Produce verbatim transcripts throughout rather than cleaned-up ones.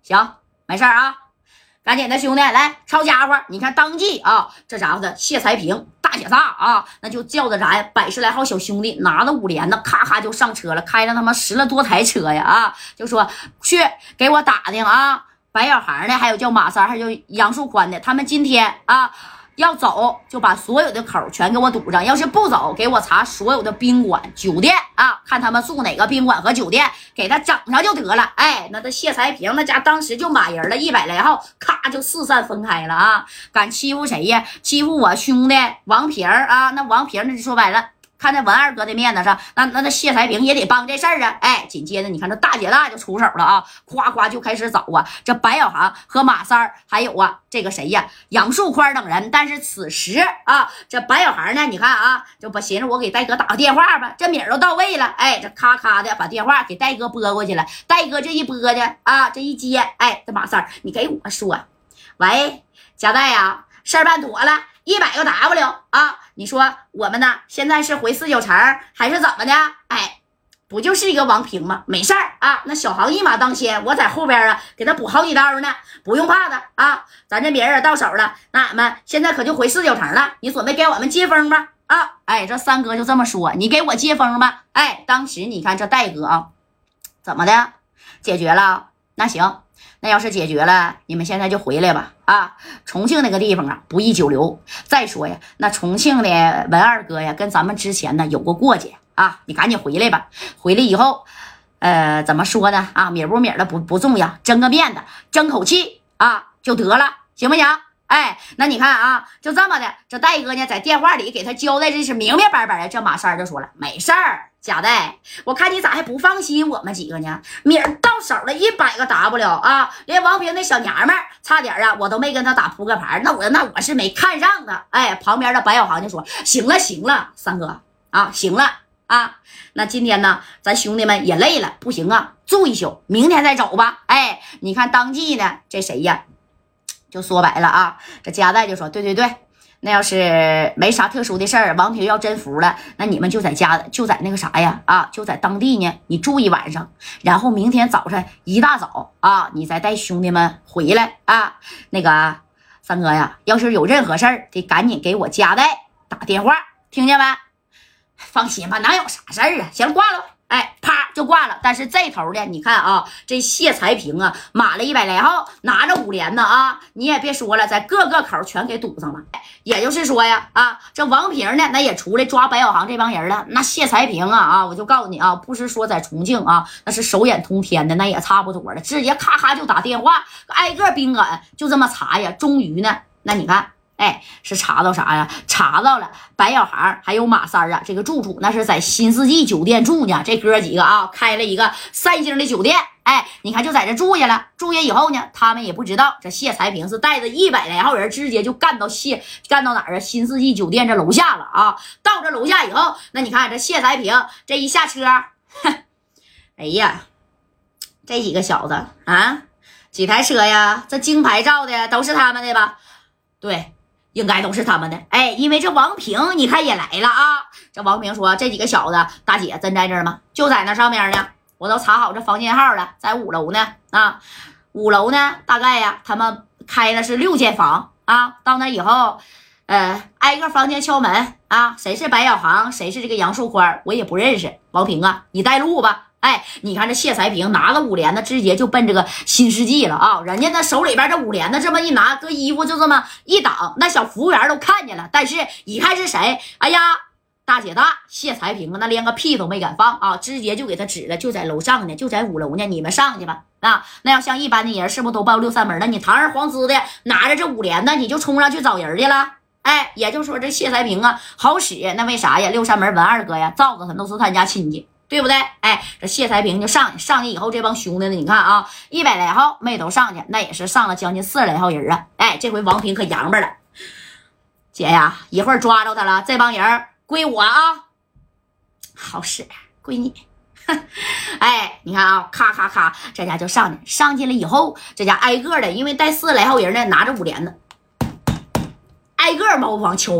行，没事啊，赶紧的，兄弟，来抄家伙！你看当即啊，这家伙的谢才平大姐大啊，那就叫着咱百十来号小兄弟，拿着五连的，咔咔就上车了，开了他妈十来多台车呀啊，就说去给我打听啊，白小航的，还有叫马三，还有杨树宽的，他们今天啊。要走就把所有的口全给我堵上，要是不走，给我查所有的宾馆、酒店啊，看他们住哪个宾馆和酒店，给他整上就得了。哎，那这谢才平那家当时就满人了，一百来号，咔就四散分开了啊！敢欺负谁呀？欺负我兄弟王平啊！那王平那就说白了。看在文二哥的面子上，那那那谢才平也得帮这事儿啊！哎，紧接着你看这大姐大就出手了啊，夸夸就开始找啊，这白小航和马三儿，还有啊这个谁呀，杨树宽等人。但是此时啊，这白小航呢，你看啊，就把寻思我给戴哥打个电话吧，这米儿都到位了，哎，这咔咔的把电话给戴哥拨过去了。戴哥这一拨的啊，这一接，哎，这马三儿，你给我说，喂，贾代呀，事儿办妥了。一百个 W 啊！你说我们呢？现在是回四九城还是怎么的？哎，不就是一个王平吗？没事儿啊，那小航一马当先，我在后边啊，给他补好几刀呢，不用怕的啊。咱这别人到手了，那俺们现在可就回四九城了。你准备给我们接风吧？啊，哎，这三哥就这么说，你给我接风吧。哎，当时你看这戴哥啊，怎么的？解决了？那行。那要是解决了，你们现在就回来吧啊！重庆那个地方啊，不宜久留。再说呀，那重庆的文二哥呀，跟咱们之前呢有过过节啊，你赶紧回来吧。回来以后，呃，怎么说呢？啊，米不米的不不重要，争个面子，争口气啊就得了，行不行？哎，那你看啊，就这么的，这戴哥呢在电话里给他交代这是明明白白的。这马三就说了，没事儿。贾代，我看你咋还不放心我们几个呢？米儿到手了一百个 W 啊，连王平那小娘们儿差点啊，我都没跟他打扑克牌，那我那我是没看上的。哎，旁边的白小航就说：“行了行了，三哥啊，行了啊，那今天呢，咱兄弟们也累了，不行啊，住一宿，明天再走吧。”哎，你看当即呢，这谁呀，就说白了啊，这贾代就说：“对对对。”那要是没啥特殊的事儿，王平要真服了，那你们就在家，就在那个啥呀，啊，就在当地呢，你住一晚上，然后明天早晨一大早啊，你再带兄弟们回来啊。那个三哥呀，要是有任何事儿，得赶紧给我家代打电话，听见没？放心吧，哪有啥事儿啊？行，挂了。哎，啪就挂了。但是这头的，你看啊，这谢才平啊，码了一百来号，拿着五连呢啊，你也别说了，在各个口全给堵上了。也就是说呀，啊，这王平呢，那也出来抓白小航这帮人了。那谢才平啊，啊，我就告诉你啊，不是说在重庆啊，那是手眼通天的，那也差不多了，直接咔咔就打电话，挨个宾馆就这么查呀。终于呢，那你看。哎，是查到啥呀？查到了白小航还有马三啊，这个住处那是在新世纪酒店住呢。这哥几个啊，开了一个三星的酒店。哎，你看就在这住下了。住下以后呢，他们也不知道这谢才平是带着一百来号人，直接就干到谢干到哪儿啊？新世纪酒店这楼下了啊。到这楼下以后，那你看这谢才平这一下车，哼，哎呀，这几个小子啊，几台车呀？这金牌照的都是他们的吧？对。应该都是他们的。哎，因为这王平你看也来了啊。这王平说，这几个小子大姐真在这儿吗？就在那上面呢，我都查好这房间号了，在五楼呢。啊，五楼呢大概呀他们开的是六间房啊。到那以后呃挨个房间敲门啊，谁是白小航，谁是这个杨树宽，我也不认识。王平啊，你带路吧。哎，你看这谢才平拿个五连的，直接就奔这个新世纪了啊！人家那手里边这五连的这么一拿，搁衣服就这么一挡，那小服务员都看见了。但是一看是谁，哎呀，大姐大谢才平啊，那连个屁都没敢放啊，直接就给他指了，就在楼上呢，就在五楼呢，你们上去吧啊！那要像一般的人，是不是都报六扇门了？你堂而皇之的拿着这五连的，你就冲上去找人去了？哎，也就是说这谢才平啊好使，那为啥呀？六扇门文二哥呀，罩着他都是他家亲戚。对不对？哎，这谢才平就上去，上去以后，这帮兄弟呢，你看啊，一百来号没都上去，那也是上了将近四十来号人啊。哎，这回王平可洋巴了，姐呀，一会儿抓着他了，这帮人归我啊，好使，归你。哎，你看啊，咔咔咔，这家就上去，上去了以后，这家挨个的，因为带四十来号人呢，拿着五连的，挨个猫王敲门子。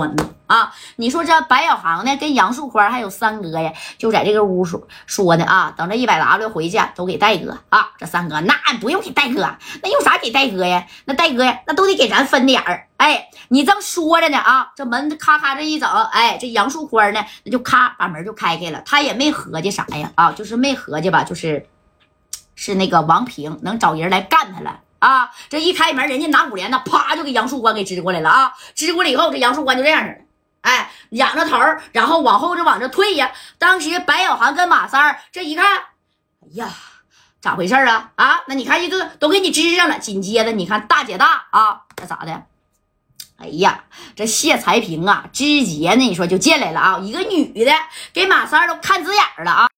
啊。你说这白小航呢，跟杨树宽还有三哥呀，就在这个屋说说呢啊，等这一百 W 回去都给戴哥啊。这三哥那不用给戴哥，那用啥给戴哥呀？那戴哥呀，那都得给咱分点儿。哎，你正说着呢啊，这门咔咔这一整，哎，这杨树宽呢，那就咔把门就开开了。他也没合计啥呀啊，就是没合计吧，就是是那个王平能找人来干他了。啊！这一开门，人家拿五连的，啪就给杨树官给支过来了啊！支过来以后，这杨树官就这样式的，哎，仰着头，然后往后就往这退呀。当时白小航跟马三儿这一看，哎呀，咋回事啊？啊，那你看一个都给你支上了。紧接着你看大姐大啊，这咋的？哎呀，这谢才平啊，直接呢，你说就进来了啊，一个女的给马三儿都看直眼了啊。